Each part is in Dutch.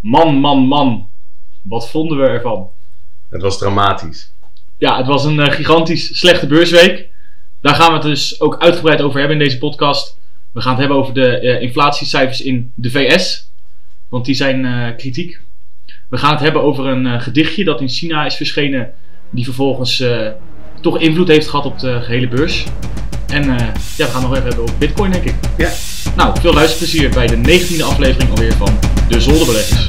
Man. Wat vonden we ervan? Het was dramatisch. Ja, het was een gigantisch slechte beursweek. Daar gaan we het dus ook uitgebreid over hebben in deze podcast. We gaan het hebben over de inflatiecijfers in de VS. Want die zijn kritiek. We gaan het hebben over een gedichtje dat in China is verschenen. Die vervolgens toch invloed heeft gehad op de gehele beurs. En we gaan nog even hebben over Bitcoin, denk ik. Ja. Nou, veel luisterplezier bij de 19e aflevering alweer van De Zolderbeleggers.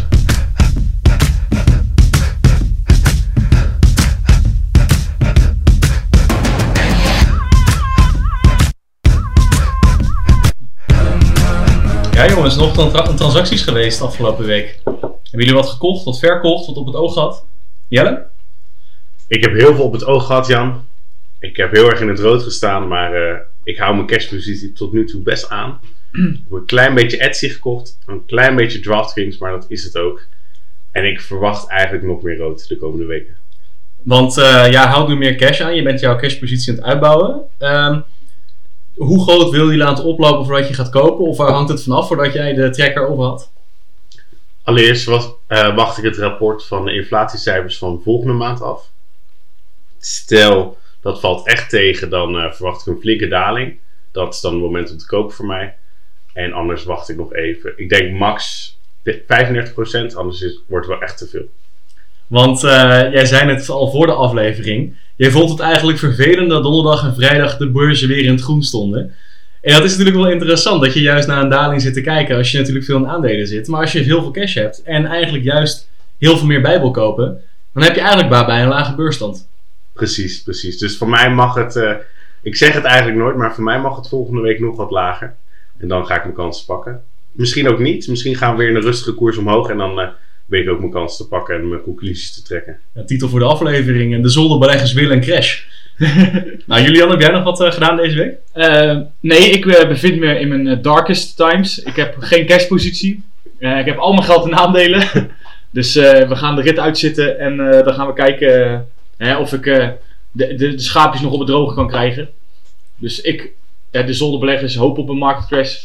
Ja jongens, nog een transacties geweest afgelopen week. Hebben jullie wat gekocht, wat verkocht, wat op het oog gehad? Jelle? Ik heb heel veel op het oog gehad, Jan. Ik heb heel erg in het rood gestaan, maar ik hou mijn cashpositie tot nu toe best aan. Ik heb een klein beetje Etsy gekocht, een klein beetje DraftKings, maar dat is het ook. En ik verwacht eigenlijk nog meer rood de komende weken. Want houdt nu meer cash aan, je bent jouw cashpositie aan het uitbouwen. Hoe groot wil je laten oplopen voordat je gaat kopen? Of waar hangt het vanaf voordat jij de tracker over had? Allereerst wacht ik het rapport van de inflatiecijfers van volgende maand af. Stel, dat valt echt tegen, dan verwacht ik een flinke daling. Dat is dan het moment om te kopen voor mij. En anders wacht ik nog even. Ik denk max 35%, anders wordt het wel echt te veel. Want jij zei het al voor de aflevering. Jij vond het eigenlijk vervelend dat donderdag en vrijdag de beurzen weer in het groen stonden. En dat is natuurlijk wel interessant, dat je juist naar een daling zit te kijken als je natuurlijk veel in aandelen zit. Maar als je heel veel cash hebt en eigenlijk juist heel veel meer bij wil kopen, dan heb je eigenlijk baat bij een lage beursstand. Precies. Dus voor mij mag het, ik zeg het eigenlijk nooit, maar voor mij mag het volgende week nog wat lager. En dan ga ik mijn kansen pakken. Misschien ook niet. Misschien gaan we weer in een rustige koers omhoog en dan weet ik ook mijn kansen te pakken en mijn conclusies te trekken. Ja, titel voor de aflevering, de zolderbeleggers willen een crash. Nou, Julian, heb jij nog wat gedaan deze week? Nee, ik bevind me in mijn darkest times. Ik heb geen cashpositie. Ik heb al mijn geld in aandelen. Dus we gaan de rit uitzitten en dan gaan we kijken of ik de schaapjes nog op het droge kan krijgen. Dus de zolderbeleggers hoop op een marktcrash.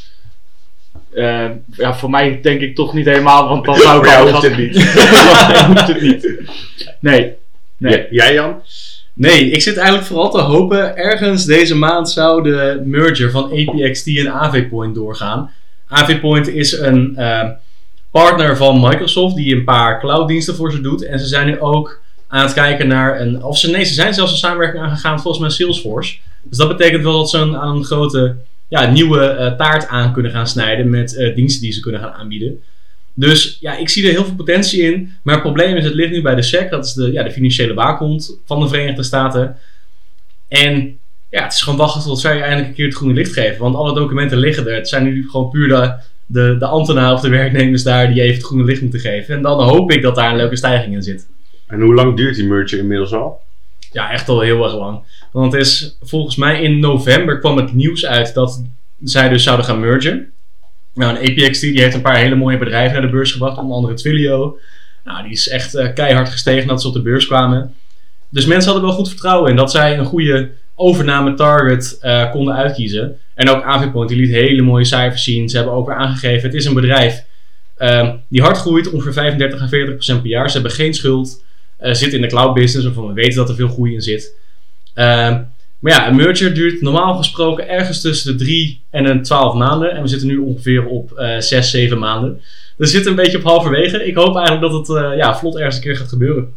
Voor mij denk ik toch niet helemaal, want dan zou ik hoeft het niet. hoeft het niet. Nee. Jij, Jan? Nee, ik zit eigenlijk vooral te hopen, ergens deze maand zou de merger van APXT en AVPoint doorgaan. AVPoint is een partner van Microsoft die een paar clouddiensten voor ze doet. En ze zijn nu ook aan het kijken naar ze zijn zelfs een samenwerking aangegaan volgens mij Salesforce. Dus dat betekent wel dat ze aan een grote nieuwe taart aan kunnen gaan snijden met diensten die ze kunnen gaan aanbieden. Dus ik zie er heel veel potentie in. Maar het probleem is, het ligt nu bij de SEC. Dat is de financiële waakhond van de Verenigde Staten. En het is gewoon wachten tot zij eindelijk een keer het groene licht geven. Want alle documenten liggen er. Het zijn nu gewoon puur de ambtenaren of de werknemers daar die even het groene licht moeten geven. En dan hoop ik dat daar een leuke stijging in zit. En hoe lang duurt die merger inmiddels al? Ja, echt al heel erg lang. Want het is volgens mij in november kwam het nieuws uit dat zij dus zouden gaan mergen. Nou, een APXT die heeft een paar hele mooie bedrijven naar de beurs gebracht, onder andere Twilio. Nou, die is echt keihard gestegen dat ze op de beurs kwamen. Dus mensen hadden wel goed vertrouwen in dat zij een goede overname target konden uitkiezen. En ook AVPoint die liet hele mooie cijfers zien. Ze hebben ook weer aangegeven, het is een bedrijf die hard groeit, ongeveer 35 à 40% per jaar. Ze hebben geen schuld, zitten in de cloud business, waarvan we weten dat er veel groei in zit. Maar een merger duurt normaal gesproken ergens tussen de 3 en 12 maanden. En we zitten nu ongeveer op 6, 7 maanden. Dus we zitten een beetje op halverwege. Ik hoop eigenlijk dat het vlot ergens een keer gaat gebeuren.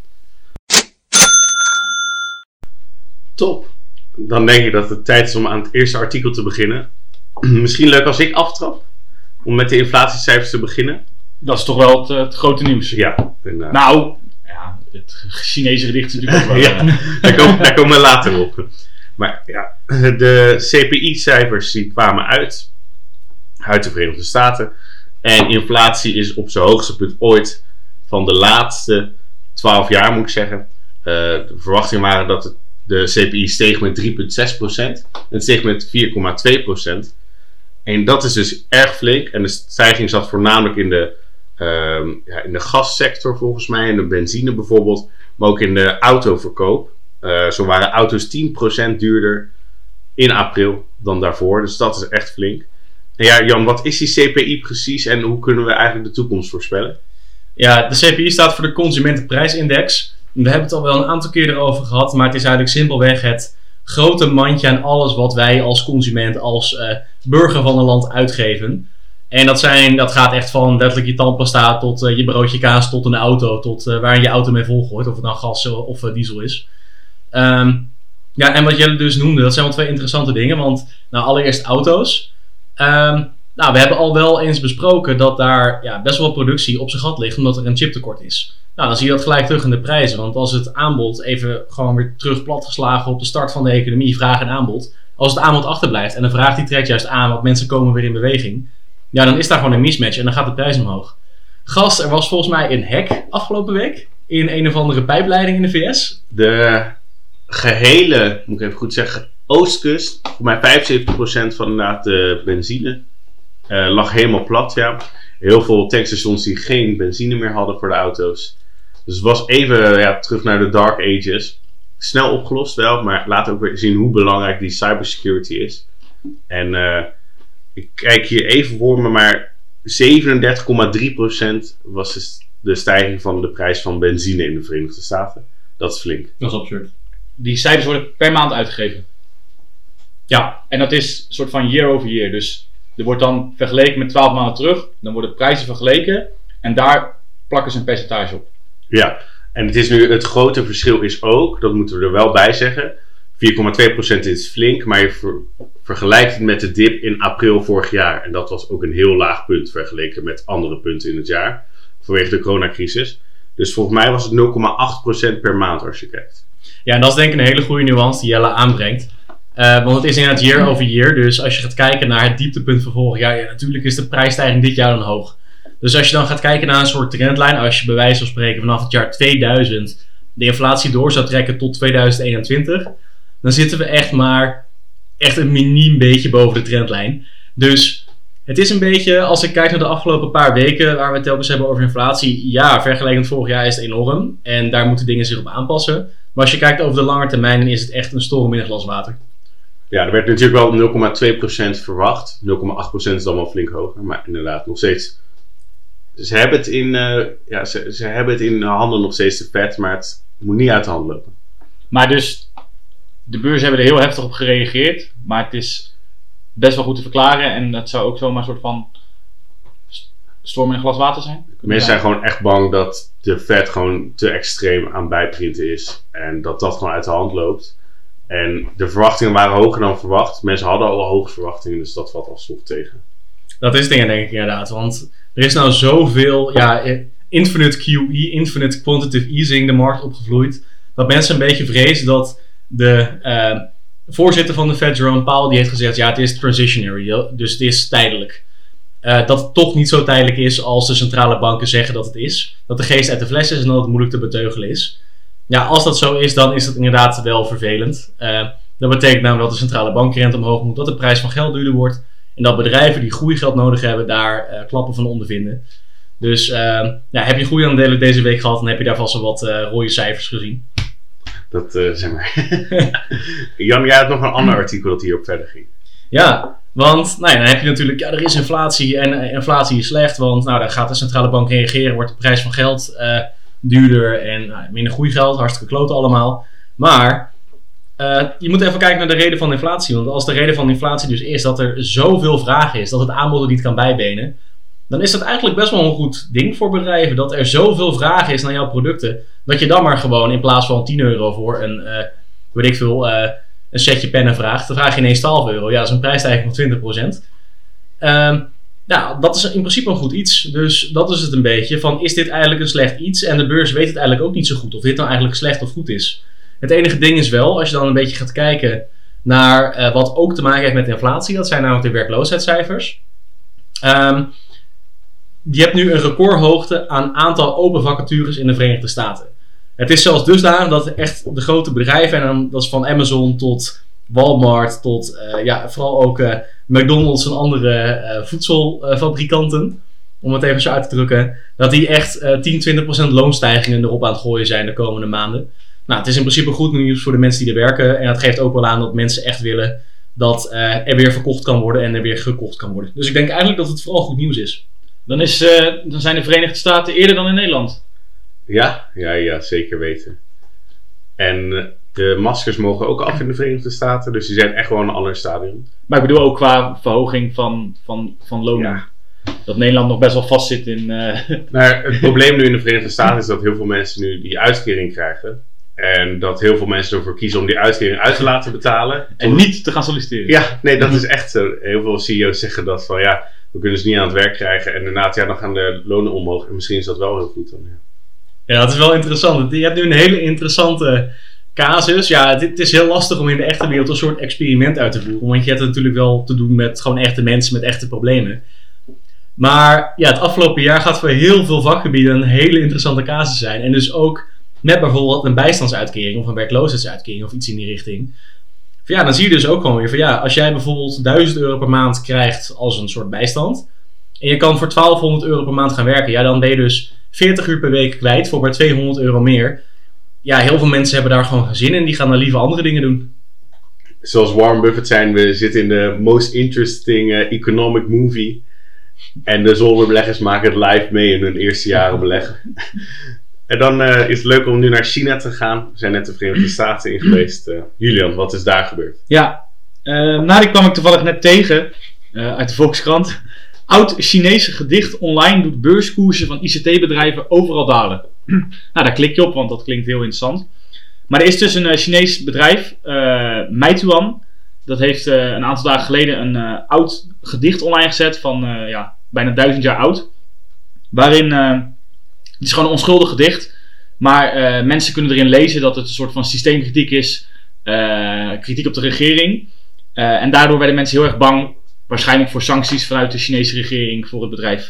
Top. Dan denk ik dat het tijd is om aan het eerste artikel te beginnen. Misschien leuk als ik aftrap. Om met de inflatiecijfers te beginnen. Dat is toch wel het grote nieuws. Ja. Nou, het Chinese gedicht is natuurlijk ook wel... daar komen we later op. Maar de CPI-cijfers die kwamen uit de Verenigde Staten. En inflatie is op zijn hoogste punt ooit van de laatste 12 jaar, moet ik zeggen. De verwachtingen waren dat de CPI steeg met 3,6%. En het steeg met 4,2%. En dat is dus erg flink. En de stijging zat voornamelijk in de gassector volgens mij, in de benzine bijvoorbeeld, maar ook in de autoverkoop. Zo waren auto's 10% duurder in april dan daarvoor, dus dat is echt flink. En Jan, wat is die CPI precies en hoe kunnen we eigenlijk de toekomst voorspellen? Ja, de CPI staat voor de Consumentenprijsindex. We hebben het al wel een aantal keer erover gehad, maar het is eigenlijk simpelweg het grote mandje aan alles wat wij als consument, als burger van een land uitgeven. En dat gaat echt van letterlijk je tandpasta tot je broodje kaas tot een auto, tot waar je je auto mee volgooit, of het nou gas of diesel is. Ja, en wat Jelle dus noemde, dat zijn wel 2 interessante dingen, want nou allereerst auto's. We hebben al wel eens besproken dat daar best wel wat productie op zijn gat ligt, omdat er een chiptekort is. Nou, dan zie je dat gelijk terug in de prijzen, want als het aanbod even gewoon weer terug platgeslagen op de start van de economie, vraag en aanbod. Als het aanbod achterblijft en de vraag die trekt juist aan, want mensen komen weer in beweging. Ja, dan is daar gewoon een mismatch en dan gaat de prijs omhoog. Gast, er was volgens mij een hack afgelopen week in een of andere pijpleiding in de VS. De gehele, moet ik even goed zeggen, oostkust, voor mij 75% van inderdaad de benzine lag helemaal plat, ja. Heel veel tankstations die geen benzine meer hadden voor de auto's. Dus het was even terug naar de dark ages. Snel opgelost wel, maar laat ook weer zien hoe belangrijk die cybersecurity is. En ik kijk hier even voor me, maar 37,3% was de stijging van de prijs van benzine in de Verenigde Staten. Dat is flink. Dat is absurd. Die cijfers worden per maand uitgegeven. Ja. En dat is een soort van year over year. Dus er wordt dan vergeleken met 12 maanden terug. Dan worden prijzen vergeleken. En daar plakken ze een percentage op. Ja, en het grote verschil is ook, dat moeten we er wel bij zeggen, 4,2% is flink, maar je vergelijkt het met de dip in april vorig jaar. En dat was ook een heel laag punt vergeleken met andere punten in het jaar, vanwege de coronacrisis. Dus volgens mij was het 0,8% per maand als je kijkt. Ja, en dat is denk ik een hele goede nuance die Jelle aanbrengt. Want het is inderdaad year over year, dus als je gaat kijken naar het dieptepunt van vorig jaar, ja, natuurlijk is de prijsstijging dit jaar dan hoog. Dus als je dan gaat kijken naar een soort trendlijn, als je bij wijze van spreken vanaf het jaar 2000 de inflatie door zou trekken tot 2021, dan zitten we echt een miniem beetje boven de trendlijn. Dus het is een beetje, als ik kijk naar de afgelopen paar weken waar we het telkens hebben over inflatie, ja, vergeleken met vorig jaar is het enorm en daar moeten dingen zich op aanpassen. Maar als je kijkt over de lange termijn, dan is het echt een storm in een glas water. Ja, er werd natuurlijk wel 0,2% verwacht. 0,8% is dan wel flink hoger, maar inderdaad nog steeds. Ze hebben het in handen nog steeds te vet, maar het moet niet uit de hand lopen. Maar dus, de beurzen hebben er heel heftig op gereageerd. Maar het is best wel goed te verklaren. En dat zou ook zomaar een soort van storm in een glas water zijn. Mensen zijn gewoon echt bang dat de Fed gewoon te extreem aan bijprinten is. En dat gewoon uit de hand loopt. En de verwachtingen waren hoger dan verwacht. Mensen hadden al hoge verwachtingen, dus dat valt alsnog tegen. Dat is dingen denk ik inderdaad, want er is nou zoveel infinite QE, infinite quantitative easing de markt opgevloeid, dat mensen een beetje vrezen dat de voorzitter van de Fed, Jerome Powell, die heeft gezegd, ja, het is transitionary, dus het is tijdelijk. Dat het toch niet zo tijdelijk is als de centrale banken zeggen dat het is. Dat de geest uit de fles is en dat het moeilijk te beteugelen is. Ja, als dat zo is, dan is het inderdaad wel vervelend. Dat betekent namelijk dat de centrale bankrente omhoog moet, dat de prijs van geld duurder wordt. En dat bedrijven die groeigeld nodig hebben, daar klappen van ondervinden. Dus heb je goede aandelen deze week gehad, dan heb je daar vast wel wat rode cijfers gezien. Dat zeg maar. Jan, jij had nog een ander artikel dat hierop verder ging. Ja, want dan heb je natuurlijk, er is inflatie en inflatie is slecht, want dan gaat de centrale bank reageren, wordt de prijs van geld duurder en minder groeigeld, hartstikke kloten allemaal. Maar je moet even kijken naar de reden van inflatie. Want als de reden van inflatie dus is dat er zoveel vraag is, dat het aanbod er niet kan bijbenen, dan is dat eigenlijk best wel een goed ding voor bedrijven. Dat er zoveel vraag is naar jouw producten, dat je dan maar gewoon in plaats van €10 voor een setje pennen vraagt, dan vraag je ineens €12. Ja, dat is een prijsstijging van 20%. Dat is in principe een goed iets. Dus dat is het een beetje van, is dit eigenlijk een slecht iets? En de beurs weet het eigenlijk ook niet zo goed of dit nou eigenlijk slecht of goed is. Het enige ding is wel, als je dan een beetje gaat kijken naar wat ook te maken heeft met inflatie, dat zijn namelijk de werkloosheidscijfers. Je hebt nu een recordhoogte aan aantal open vacatures in de Verenigde Staten. Het is zelfs dusdanig dat echt de grote bedrijven, en dan, dat is van Amazon tot Walmart tot vooral ook McDonald's en andere voedselfabrikanten, om het even zo uit te drukken, dat die echt 10-20% loonstijgingen erop aan het gooien zijn de komende maanden. Nou, het is in principe goed nieuws voor de mensen die er werken. En dat geeft ook wel aan dat mensen echt willen dat er weer verkocht kan worden en er weer gekocht kan worden. Dus ik denk eigenlijk dat het vooral goed nieuws is. Dan zijn de Verenigde Staten eerder dan in Nederland. Ja, zeker weten. En de maskers mogen ook af in de Verenigde Staten. Dus die zijn echt gewoon een ander stadium. Maar ik bedoel ook qua verhoging van lonen. Ja. Dat Nederland nog best wel vast zit in... Maar het probleem nu in de Verenigde Staten is dat heel veel mensen nu die uitkering krijgen. En dat heel veel mensen ervoor kiezen om die uitkering uit te laten betalen. En niet te gaan solliciteren. Ja, nee, dat is echt zo. Heel veel CEO's zeggen dat van we kunnen ze niet aan het werk krijgen. En inderdaad, dan gaan de lonen omhoog. En misschien is dat wel heel goed dan. Ja, dat is wel interessant. Je hebt nu een hele interessante casus. Ja, het is heel lastig om in de echte wereld een soort experiment uit te voeren. Want je hebt het natuurlijk wel te doen met gewoon echte mensen met echte problemen. Maar ja, het afgelopen jaar gaat voor heel veel vakgebieden een hele interessante casus zijn. En dus ook met bijvoorbeeld een bijstandsuitkering of een werkloosheidsuitkering of iets in die richting. Ja, dan zie je dus ook gewoon weer van als jij bijvoorbeeld €1000 per maand krijgt als een soort bijstand. En je kan voor €1200 per maand gaan werken. Dan ben je dus 40 uur per week kwijt voor maar €200 meer. Ja, heel veel mensen hebben daar gewoon geen zin in. Die gaan dan liever andere dingen doen. Zoals Warren Buffett zei, we zitten in de most interesting economic movie. En de zolderbeleggers maken het live mee in hun eerste jaren beleggen. En dan is het leuk om nu naar China te gaan. We zijn net de Verenigde Staten in geweest. Julian, wat is daar gebeurd? Ja, die kwam ik toevallig net tegen uit de Volkskrant. Oud Chinese gedicht online doet beurskoersen van ICT-bedrijven overal dalen. Daar klik je op, want dat klinkt heel interessant. Maar er is dus een Chinees bedrijf, Meituan. Dat heeft een aantal dagen geleden een oud gedicht online gezet van bijna 1000 jaar oud. Waarin, het is gewoon een onschuldig gedicht. Maar mensen kunnen erin lezen dat het een soort van systeemkritiek is. Kritiek op de regering. En daardoor werden mensen heel erg bang. Waarschijnlijk voor sancties vanuit de Chinese regering voor het bedrijf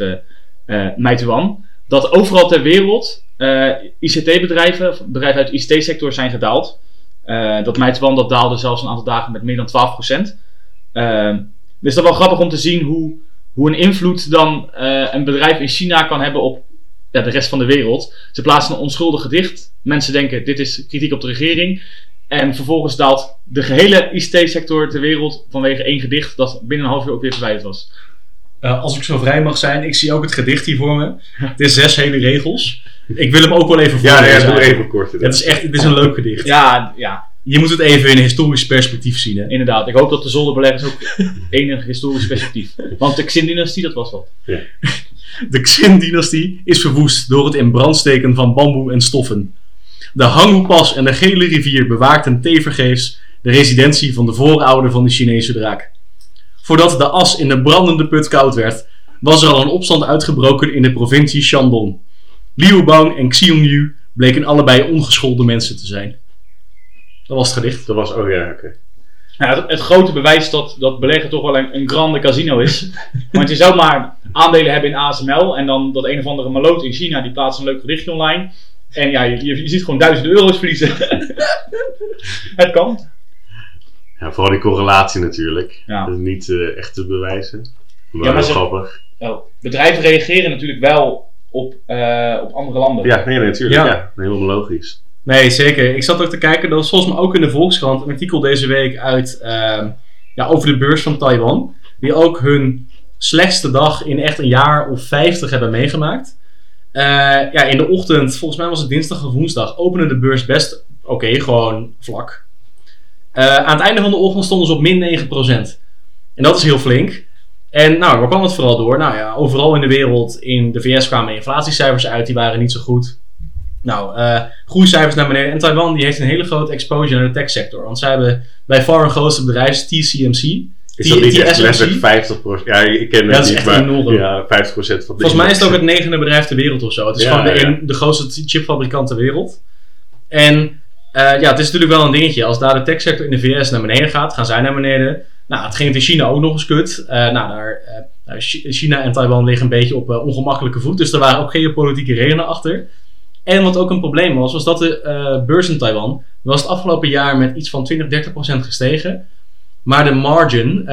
Meituan. Dat overal ter wereld ICT-bedrijven, bedrijven uit de ICT-sector zijn gedaald. Dat Meituan dat daalde zelfs een aantal dagen met meer dan 12%. Dus dat is wel grappig om te zien hoe een invloed dan een bedrijf in China kan hebben op de rest van de wereld. Ze plaatsen een onschuldig gedicht. Mensen denken dit is kritiek op de regering. En vervolgens daalt de gehele ICT-sector ter wereld vanwege één gedicht dat binnen een half uur ook weer verwijderd was. Als ik zo vrij mag zijn, ik zie ook het gedicht hier voor me. Het is 6 hele regels. Ik wil hem ook wel even voorlezen. Ja, doe even kort. Het is een leuk gedicht. Ja. Je moet het even in een historisch perspectief zien. Hè? Inderdaad, ik hoop dat de zolderbeleggers ook enig historisch perspectief. Want de Xin-dynastie, dat was wat. Ja. De Xin-dynastie is verwoest door het in brand steken van bamboe en stoffen. De Hanghu-pas en de Gele Rivier bewaakten tevergeefs de residentie van de voorouder van de Chinese draak. Voordat de as in de brandende put koud werd, was er al een opstand uitgebroken in de provincie Shandong. Liu Bang en Xiongnu bleken allebei ongeschoolde mensen te zijn. Dat was het gedicht. Dat was oké. Ja, het grote bewijs dat beleggen toch wel een grande casino is. Want je zou maar aandelen hebben in ASML en dan dat een of andere maloot in China die plaatst een leuk gedichtje online. En ja, je ziet gewoon €1000 verliezen. Het kan. Ja, vooral die correlatie natuurlijk. Ja. Dat is niet echt te bewijzen. Maar maar grappig. Bedrijven reageren natuurlijk wel op andere landen. Ja, nee, natuurlijk. Ja. Ja, helemaal logisch. Nee, zeker. Ik zat ook te kijken, dat was volgens mij ook in de Volkskrant een artikel deze week uit over de beurs van Taiwan. Die ook hun slechtste dag in echt een jaar of 50 hebben meegemaakt. In de ochtend, volgens mij was het dinsdag of woensdag, opende de beurs best oké, gewoon vlak. Aan het einde van de ochtend stonden ze op min 9%. En dat is heel flink. En waar kwam het vooral door? Overal in de wereld, in de VS kwamen inflatiecijfers uit, die waren niet zo goed. Groeicijfers naar beneden. En Taiwan die heeft een hele grote exposure naar de techsector. Want zij hebben bij far een grootste bedrijf, TSMC. Is dat niet echt letterlijk 50%? Ja, ik ken het dat is niet, echt maar enorm. Ja, 50% van de Volgens mij is het ook het 9e bedrijf ter wereld of zo. Het is gewoon de grootste chipfabrikant ter wereld. En het is natuurlijk wel een dingetje. Als daar de techsector in de VS naar beneden gaat, gaan zij naar beneden. Het ging het in China ook nog eens kut. China en Taiwan liggen een beetje op ongemakkelijke voet. Dus er waren ook geopolitieke redenen achter. En wat ook een probleem was dat de beurs in Taiwan was het afgelopen jaar met iets van 20-30% gestegen. Maar de margin,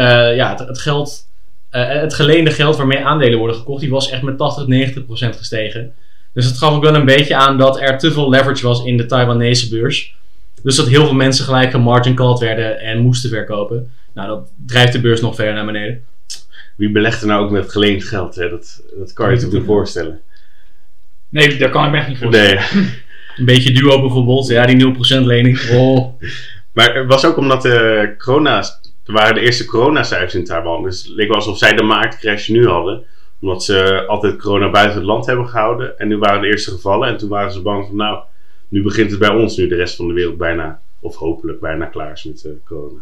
het geleende geld waarmee aandelen worden gekocht, die was echt met 80-90% gestegen. Dus dat gaf ook wel een beetje aan dat er te veel leverage was in de Taiwanese beurs. Dus dat heel veel mensen gelijk gemargin called werden en moesten verkopen. Dat drijft de beurs nog verder naar beneden. wie belegt er nou ook met geleend geld? Hè? Dat kan je natuurlijk niet voorstellen. Nee, daar kan ik me echt niet voorstellen. Nee. Een beetje duo bijvoorbeeld. Ja, die 0% lening. Oh. Maar het was ook omdat er waren de eerste coronacijfers in Taiwan. Dus het leek wel alsof zij de marktcrash nu hadden. Omdat ze altijd corona buiten het land hebben gehouden. En nu waren de eerste gevallen. En toen waren ze bang van nu begint het bij ons. Nu de rest van de wereld bijna, of hopelijk bijna klaar is met corona.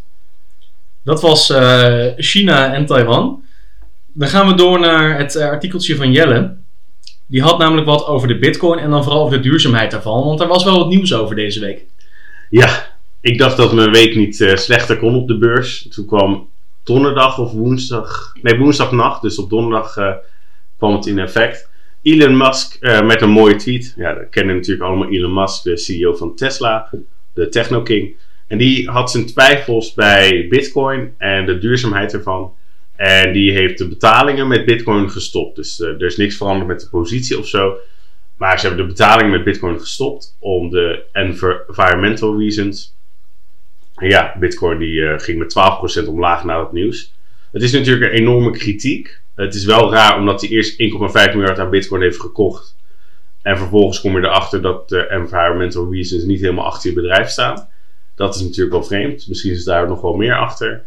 Dat was China en Taiwan. Dan gaan we door naar het artikeltje van Jelle. Die had namelijk wat over de bitcoin en dan vooral over de duurzaamheid daarvan. Want er was wel wat nieuws over deze week. Ja, ik dacht dat mijn week niet slechter kon op de beurs. Toen kwam donderdag of woensdagnacht. Dus op donderdag kwam het in effect. Elon Musk met een mooie tweet. Ja, dat kennen natuurlijk allemaal Elon Musk, de CEO van Tesla. De Techno King. En die had zijn twijfels bij bitcoin en de duurzaamheid ervan. En die heeft de betalingen met bitcoin gestopt. Dus er is niks veranderd met de positie of zo. Maar ze hebben de betalingen met bitcoin gestopt om de environmental reasons. En ja, bitcoin die ging met 12% omlaag na het nieuws. Het is natuurlijk een enorme kritiek. Het is wel raar omdat hij eerst 1,5 miljard aan bitcoin heeft gekocht. En vervolgens kom je erachter dat de environmental reasons niet helemaal achter je bedrijf staan. Dat is natuurlijk wel vreemd. Misschien is daar nog wel meer achter.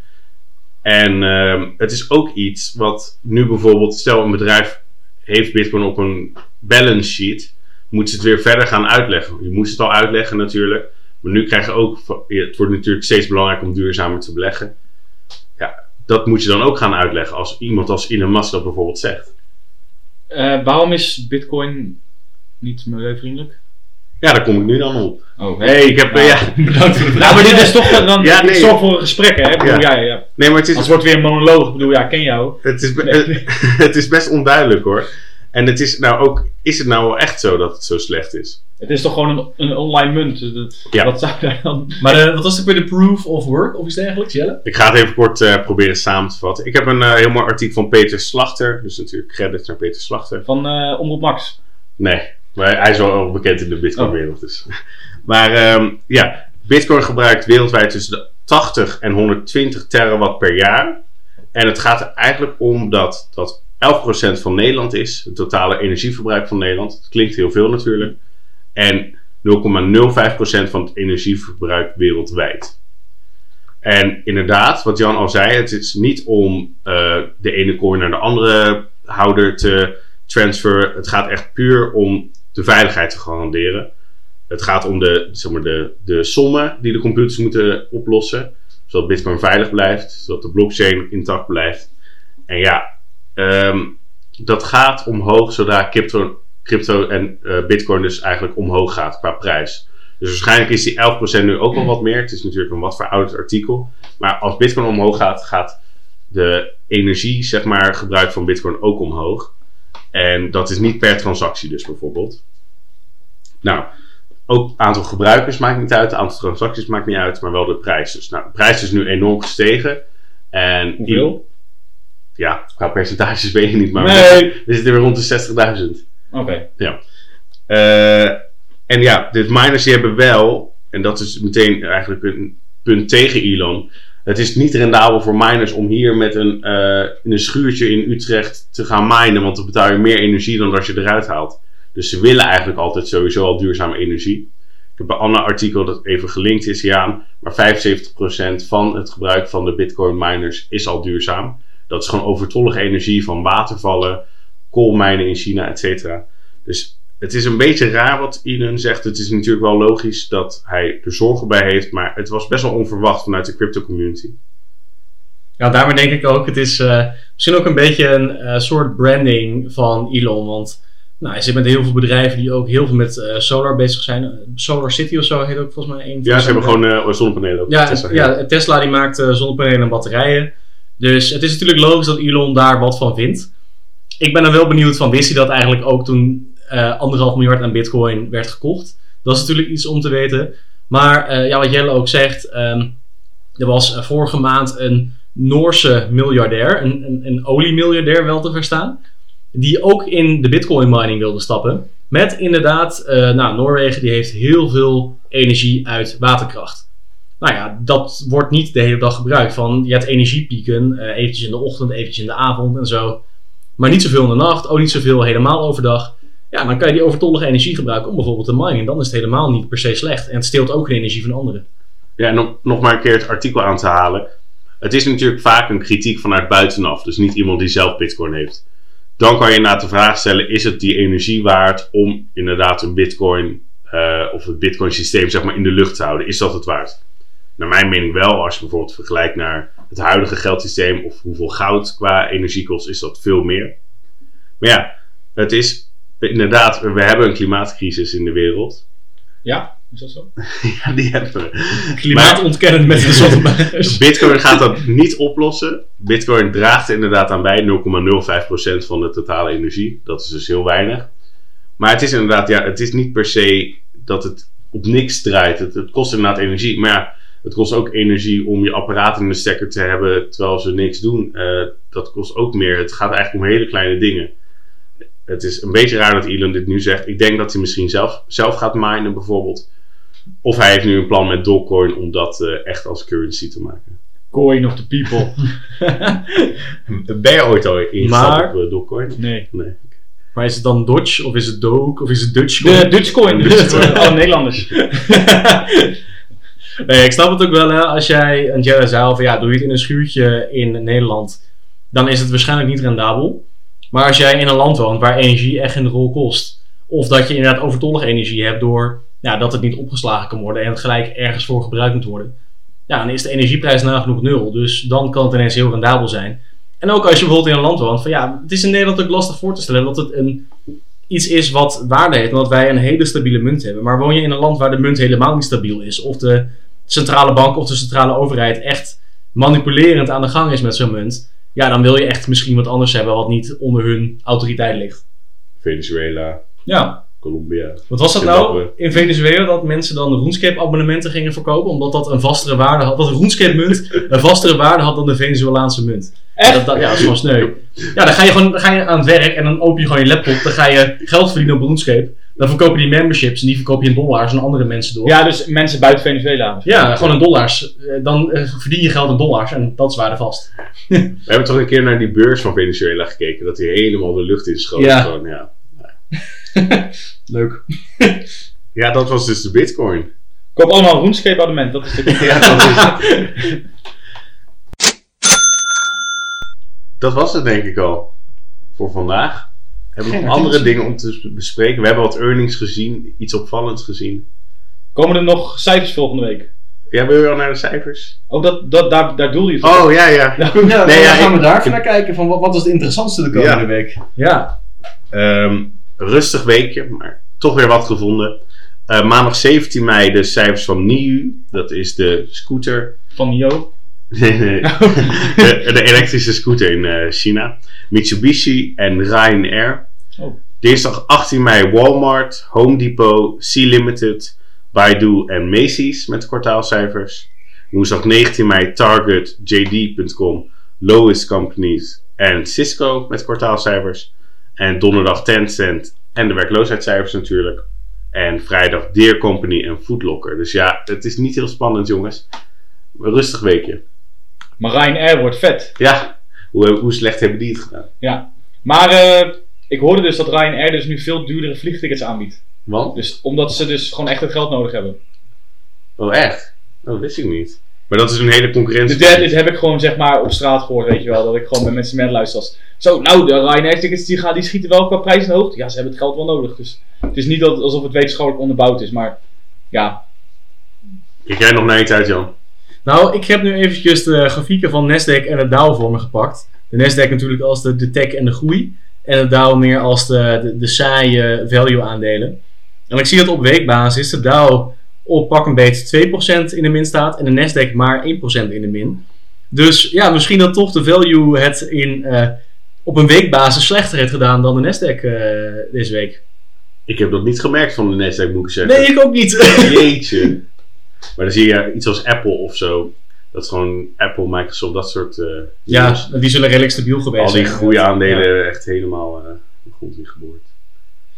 En het is ook iets wat nu bijvoorbeeld, stel een bedrijf heeft bitcoin op een balance sheet, moet ze het weer verder gaan uitleggen. Je moest het al uitleggen natuurlijk, maar nu krijg je ook, het wordt natuurlijk steeds belangrijker om duurzamer te beleggen. Ja, dat moet je dan ook gaan uitleggen als iemand als Elon Musk dat bijvoorbeeld zegt. Waarom is bitcoin niet milieuvriendelijk? Ja, daar kom ik nu dan op. Oh, ik heb... Bedankt voor de vraag. maar dit is toch dan... Ja, nee. Zorg voor een gesprek, hè? Ik bedoel, Ja. Nee, maar het is... Als het wordt weer een monoloog. Ik bedoel, ik ken jou. Het is best onduidelijk, hoor. En het is het nou wel echt zo dat het zo slecht is? Het is toch gewoon een online munt. Ja. Wat zou daar dan... Maar wat was het weer de proof of work of iets dergelijks, Jelle? Ik ga het even kort proberen samen te vatten. Ik heb een heel mooi artikel van Peter Slachter. Dus natuurlijk credits naar Peter Slachter. Van Omroep Max? Nee, maar hij is wel bekend in de Bitcoin-wereld. Dus. Maar Bitcoin gebruikt wereldwijd tussen de 80 en 120 terawatt per jaar. En het gaat er eigenlijk om dat 11% van Nederland is. Het totale energieverbruik van Nederland. Dat klinkt heel veel natuurlijk. En 0,05% van het energieverbruik wereldwijd. En inderdaad, wat Jan al zei, het is niet om de ene coin naar de andere houder te transferen. Het gaat echt puur om de veiligheid te garanderen. Het gaat om de sommen die de computers moeten oplossen. Zodat Bitcoin veilig blijft. Zodat de blockchain intact blijft. En ja, dat gaat omhoog zodra crypto en Bitcoin dus eigenlijk omhoog gaat qua prijs. Dus waarschijnlijk is die 11% nu ook wel wat meer. Het is natuurlijk een wat verouderd artikel. Maar als Bitcoin omhoog gaat, gaat de energie, zeg maar, gebruik van Bitcoin ook omhoog. En dat is niet per transactie dus bijvoorbeeld. Nou, ook het aantal gebruikers maakt niet uit. Het aantal transacties maakt niet uit. Maar wel de prijs. Dus de prijs is nu enorm gestegen. En hoeveel? Ja, qua percentages weet je niet. Maar we zitten weer rond de 60.000. Oké. Ja. En ja, de miners die hebben wel, en dat is meteen eigenlijk een punt tegen Elon. Het is niet rendabel voor miners om hier met in een schuurtje in Utrecht te gaan minen. Want dan betaal je meer energie dan als je eruit haalt. Dus ze willen eigenlijk altijd sowieso al duurzame energie. Ik heb een ander artikel dat even gelinkt is hieraan. Maar 75% van het gebruik van de Bitcoin miners is al duurzaam. Dat is gewoon overtollige energie van watervallen, koolmijnen in China, etc. Dus het is een beetje raar wat Elon zegt. Het is natuurlijk wel logisch dat hij er zorgen bij heeft. Maar het was best wel onverwacht vanuit de crypto community. Ja, daarmee denk ik ook. Het is misschien ook een beetje een soort branding van Elon. Want hij zit met heel veel bedrijven die ook heel veel met solar bezig zijn. Solar City of zo heet ook volgens mij een. Ja, ze hebben gewoon zonnepanelen ook. Tesla die maakt zonnepanelen en batterijen. Dus het is natuurlijk logisch dat Elon daar wat van vindt. Ik ben dan wel benieuwd van, wist hij dat eigenlijk ook toen 1,5 miljard aan Bitcoin werd gekocht? Dat is natuurlijk iets om te weten. Maar wat Jelle ook zegt, er was vorige maand een Noorse miljardair, een oliemiljardair wel te verstaan, die ook in de Bitcoin mining wilde stappen. Met inderdaad, Noorwegen die heeft heel veel energie uit waterkracht. Nou ja, dat wordt niet de hele dag gebruikt. Je hebt energiepieken, eventjes in de ochtend, eventjes in de avond en zo. Maar niet zoveel in de nacht, ook niet zoveel helemaal overdag. Ja, dan kan je die overtollige energie gebruiken om bijvoorbeeld te minen. Dan is het helemaal niet per se slecht. En het steelt ook de energie van anderen. Ja, en nog maar een keer het artikel aan te halen. Het is natuurlijk vaak een kritiek vanuit buitenaf. Dus niet iemand die zelf Bitcoin heeft. Dan kan je inderdaad de vraag stellen, is het die energie waard om inderdaad een Bitcoin of het Bitcoin systeem zeg maar in de lucht te houden? Is dat het waard? Naar mijn mening wel. Als je bijvoorbeeld vergelijkt naar het huidige geldsysteem of hoeveel goud qua energie kost, is dat veel meer. Maar ja, het is inderdaad, we hebben een klimaatcrisis in de wereld. Ja, is dat zo? Ja, die hebben we. Klimaatontkennend met gezonde burgers. Bitcoin gaat dat niet oplossen. Bitcoin draagt er inderdaad aan bij, 0,05% van de totale energie. Dat is dus heel weinig. Maar het is inderdaad, ja, het is niet per se dat het op niks draait. Het kost inderdaad energie. Maar ja, het kost ook energie om je apparaat in de stekker te hebben terwijl ze niks doen. Dat kost ook meer. Het gaat eigenlijk om hele kleine dingen. Het is een beetje raar dat Elon dit nu zegt. Ik denk dat hij misschien zelf gaat minen bijvoorbeeld. Of hij heeft nu een plan met Dogecoin om dat echt als currency te maken. Coin of the people. Ben je ooit al ingestapt op Dogecoin? Nee. Maar is het dan Dodge of is het Doge of is het Dutch coin? De Dutch coin, dus alle Nederlanders. Nee, ik snap het ook wel. Hè? Als jij, en Jelle zei al van ja, doe je het in een schuurtje in Nederland, dan is het waarschijnlijk niet rendabel. Maar als jij in een land woont waar energie echt geen rol kost, of dat je inderdaad overtollige energie hebt door dat het niet opgeslagen kan worden en het gelijk ergens voor gebruikt moet worden, ja, dan is de energieprijs nagenoeg nul. Dus dan kan het ineens heel rendabel zijn. En ook als je bijvoorbeeld in een land woont, van ja, het is in Nederland ook lastig voor te stellen dat het iets is wat waarde heeft, omdat wij een hele stabiele munt hebben. Maar woon je in een land waar de munt helemaal niet stabiel is, of de centrale bank of de centrale overheid echt manipulerend aan de gang is met zo'n munt, ja, dan wil je echt misschien wat anders hebben wat niet onder hun autoriteit ligt. Venezuela, Ja. Colombia. Wat was dat nou in Venezuela, dat mensen dan de RuneScape abonnementen gingen verkopen, omdat dat een vastere waarde had, dat de RuneScape munt een vastere waarde had dan de Venezuelaanse munt. Echt? Ja, dat is gewoon sneu. Ja, dan ga je aan het werk en dan open je gewoon je laptop, dan ga je geld verdienen op RuneScape. Dan verkopen die memberships en die verkoop je in dollars aan andere mensen door. Ja, dus mensen buiten Venezuela. Ja, gewoon in dollars. Dan verdien je geld in dollars en dat is waardevast. We hebben toch een keer naar die beurs van Venezuela gekeken, dat die helemaal de lucht in schoot. Ja. Gewoon, ja. Leuk. Ja, dat was dus de Bitcoin. Koop allemaal een RuneScape abonnement. Dat is de... Ja, dat is het. Dat was het denk ik al voor vandaag. Hebben we nog andere dingen om te bespreken? We hebben wat earnings gezien, iets opvallends gezien. Komen er nog cijfers volgende week? Ja, wil je al naar de cijfers? Oh, daar doel je toch? Oh, ja. Ja, dan gaan we daar even naar kijken van wat is het interessantste de komende week. Ja. Rustig weekje, maar toch weer wat gevonden. Maandag 17 mei de cijfers van NIU. Dat is de scooter. Van NIO? Nee. de elektrische scooter in China. Mitsubishi en Ryanair. Oh. Dinsdag 18 mei Walmart, Home Depot, Sea Limited, Baidu en Macy's met kwartaalcijfers. Woensdag 19 mei Target, JD.com, Lowe's Companies en Cisco met kwartaalcijfers. En donderdag Tencent en de werkloosheidscijfers natuurlijk. En vrijdag Deere Company en Foot Locker. Dus ja, het is niet heel spannend jongens. Een rustig weekje. Maar Ryanair wordt vet. Ja, hoe slecht hebben die het gedaan? Ja. Maar ik hoorde dus dat Ryanair dus nu veel duurdere vliegtickets aanbiedt. Want? Dus, omdat ze dus gewoon echt het geld nodig hebben. Oh echt? Oh, dat wist ik niet. Maar dat is een hele concurrentie. Dit heb ik gewoon zeg maar op straat gehoord, weet je wel. Dat ik gewoon met mensen luister als... Zo, nou, de Ryanair tickets die schieten wel qua prijs in de hoogte. Ja, ze hebben het geld wel nodig. Dus het is niet alsof het wetenschappelijk onderbouwd is, maar ja. Kijk jij nog naar iets uit, Jan? Nou, ik heb nu eventjes de grafieken van Nasdaq en de Dow voor me gepakt. De Nasdaq natuurlijk als de tech en de groei. En de Dow meer als de saaie value aandelen. En ik zie dat op weekbasis de Dow op pak een beetje 2% in de min staat. En de Nasdaq maar 1% in de min. Dus ja, misschien dat toch de value het op een weekbasis slechter heeft gedaan dan de Nasdaq deze week. Ik heb dat niet gemerkt van de Nasdaq, moet ik zeggen. Nee, ik ook niet. Jeetje. Maar dan zie je iets als Apple of zo. Dat is gewoon Apple, Microsoft, dat soort... ja, die zullen redelijk stabiel geweest zijn. Al die groeiaandelen echt helemaal de grond in geboord.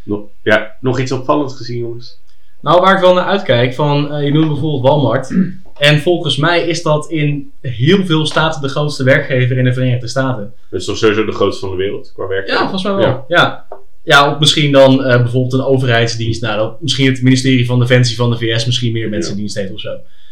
Nog iets opvallends gezien, jongens? Nou, waar ik wel naar uitkijk, je noemt bijvoorbeeld Walmart. En volgens mij is dat in heel veel staten de grootste werkgever in de Verenigde Staten. Dat is toch sowieso de grootste van de wereld qua werk? Ja, volgens mij wel. Ja, of misschien dan bijvoorbeeld een overheidsdienst. Nou, dat misschien het ministerie van Defensie van de VS misschien meer mensen in dienst heeft of zo.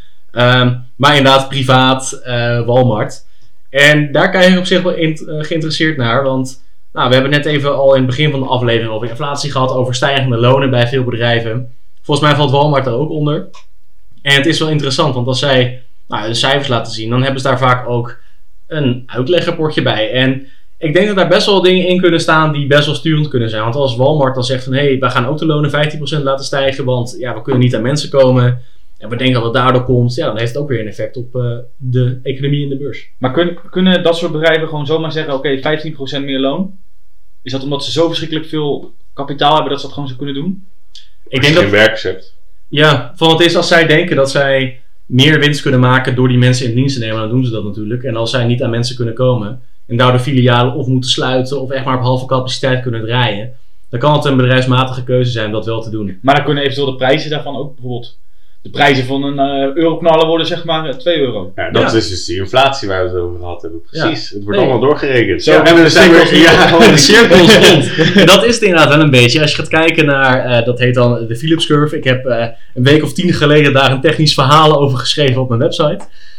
Maar inderdaad, privaat, Walmart. En daar kijk ik op zich wel geïnteresseerd naar. Want we hebben net even al in het begin van de aflevering over inflatie gehad. Over stijgende lonen bij veel bedrijven. Volgens mij valt Walmart er ook onder. En het is wel interessant, want als zij de cijfers laten zien, dan hebben ze daar vaak ook een uitlegrapportje bij. En ik denk dat daar best wel dingen in kunnen staan die best wel sturend kunnen zijn. Want als Walmart dan zegt van, we gaan ook de lonen 15% laten stijgen, want we kunnen niet aan mensen komen. En we denken dat het daardoor komt. Ja, dan heeft het ook weer een effect op de economie en de beurs. Maar kunnen dat soort bedrijven gewoon zomaar zeggen, oké, 15% meer loon? Is dat omdat ze zo verschrikkelijk veel kapitaal hebben dat ze dat gewoon zo kunnen doen? Ik denk dat je geen werkers hebt. Ja, van het is als zij denken dat zij meer winst kunnen maken door die mensen in dienst te nemen, dan doen ze dat natuurlijk. En als zij niet aan mensen kunnen komen en daardoor filialen of moeten sluiten of echt maar op halve capaciteit kunnen draaien, dan kan het een bedrijfsmatige keuze zijn om dat wel te doen. Maar dan kunnen eventueel de prijzen daarvan ook bijvoorbeeld... De prijzen van een euroknaller worden zeg maar €2. Ja, dat is dus die inflatie waar we het over gehad hebben. Precies, het wordt allemaal doorgerekend. Zo, en de cirkels rond. En dat is het inderdaad wel een beetje. Als je gaat kijken naar, dat heet dan de Phillips Curve. Ik heb een week of 10 geleden daar een technisch verhaal over geschreven op mijn website.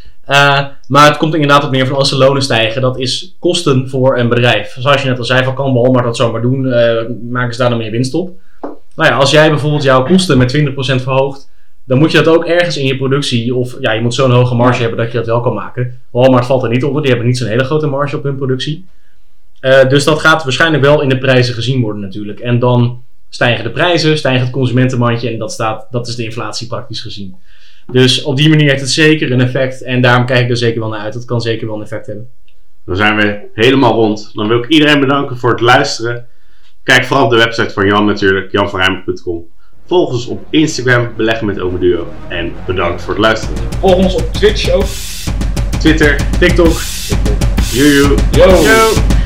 Maar het komt inderdaad op neer van als de lonen stijgen. Dat is kosten voor een bedrijf. Zoals je net al zei, van kan Walmart dat zomaar doen. Maken ze daar dan meer winst op. Nou ja, als jij bijvoorbeeld jouw kosten met 20% verhoogt, dan moet je dat ook ergens in je productie, of je moet zo'n hoge marge hebben dat je dat wel kan maken. Walmart valt er niet onder, die hebben niet zo'n hele grote marge op hun productie. Dus dat gaat waarschijnlijk wel in de prijzen gezien worden natuurlijk. En dan stijgen de prijzen, stijgt het consumentenmandje en dat is de inflatie praktisch gezien. Dus op die manier heeft het zeker een effect en daarom kijk ik er zeker wel naar uit. Dat kan zeker wel een effect hebben. Dan zijn we helemaal rond. Dan wil ik iedereen bedanken voor het luisteren. Kijk vooral op de website van Jan natuurlijk, janvanrijmers.com. Volg ons op Instagram, Beleggen met Ome Duo. En bedankt voor het luisteren. Volg ons op Twitch ook. Twitter, TikTok. Yo.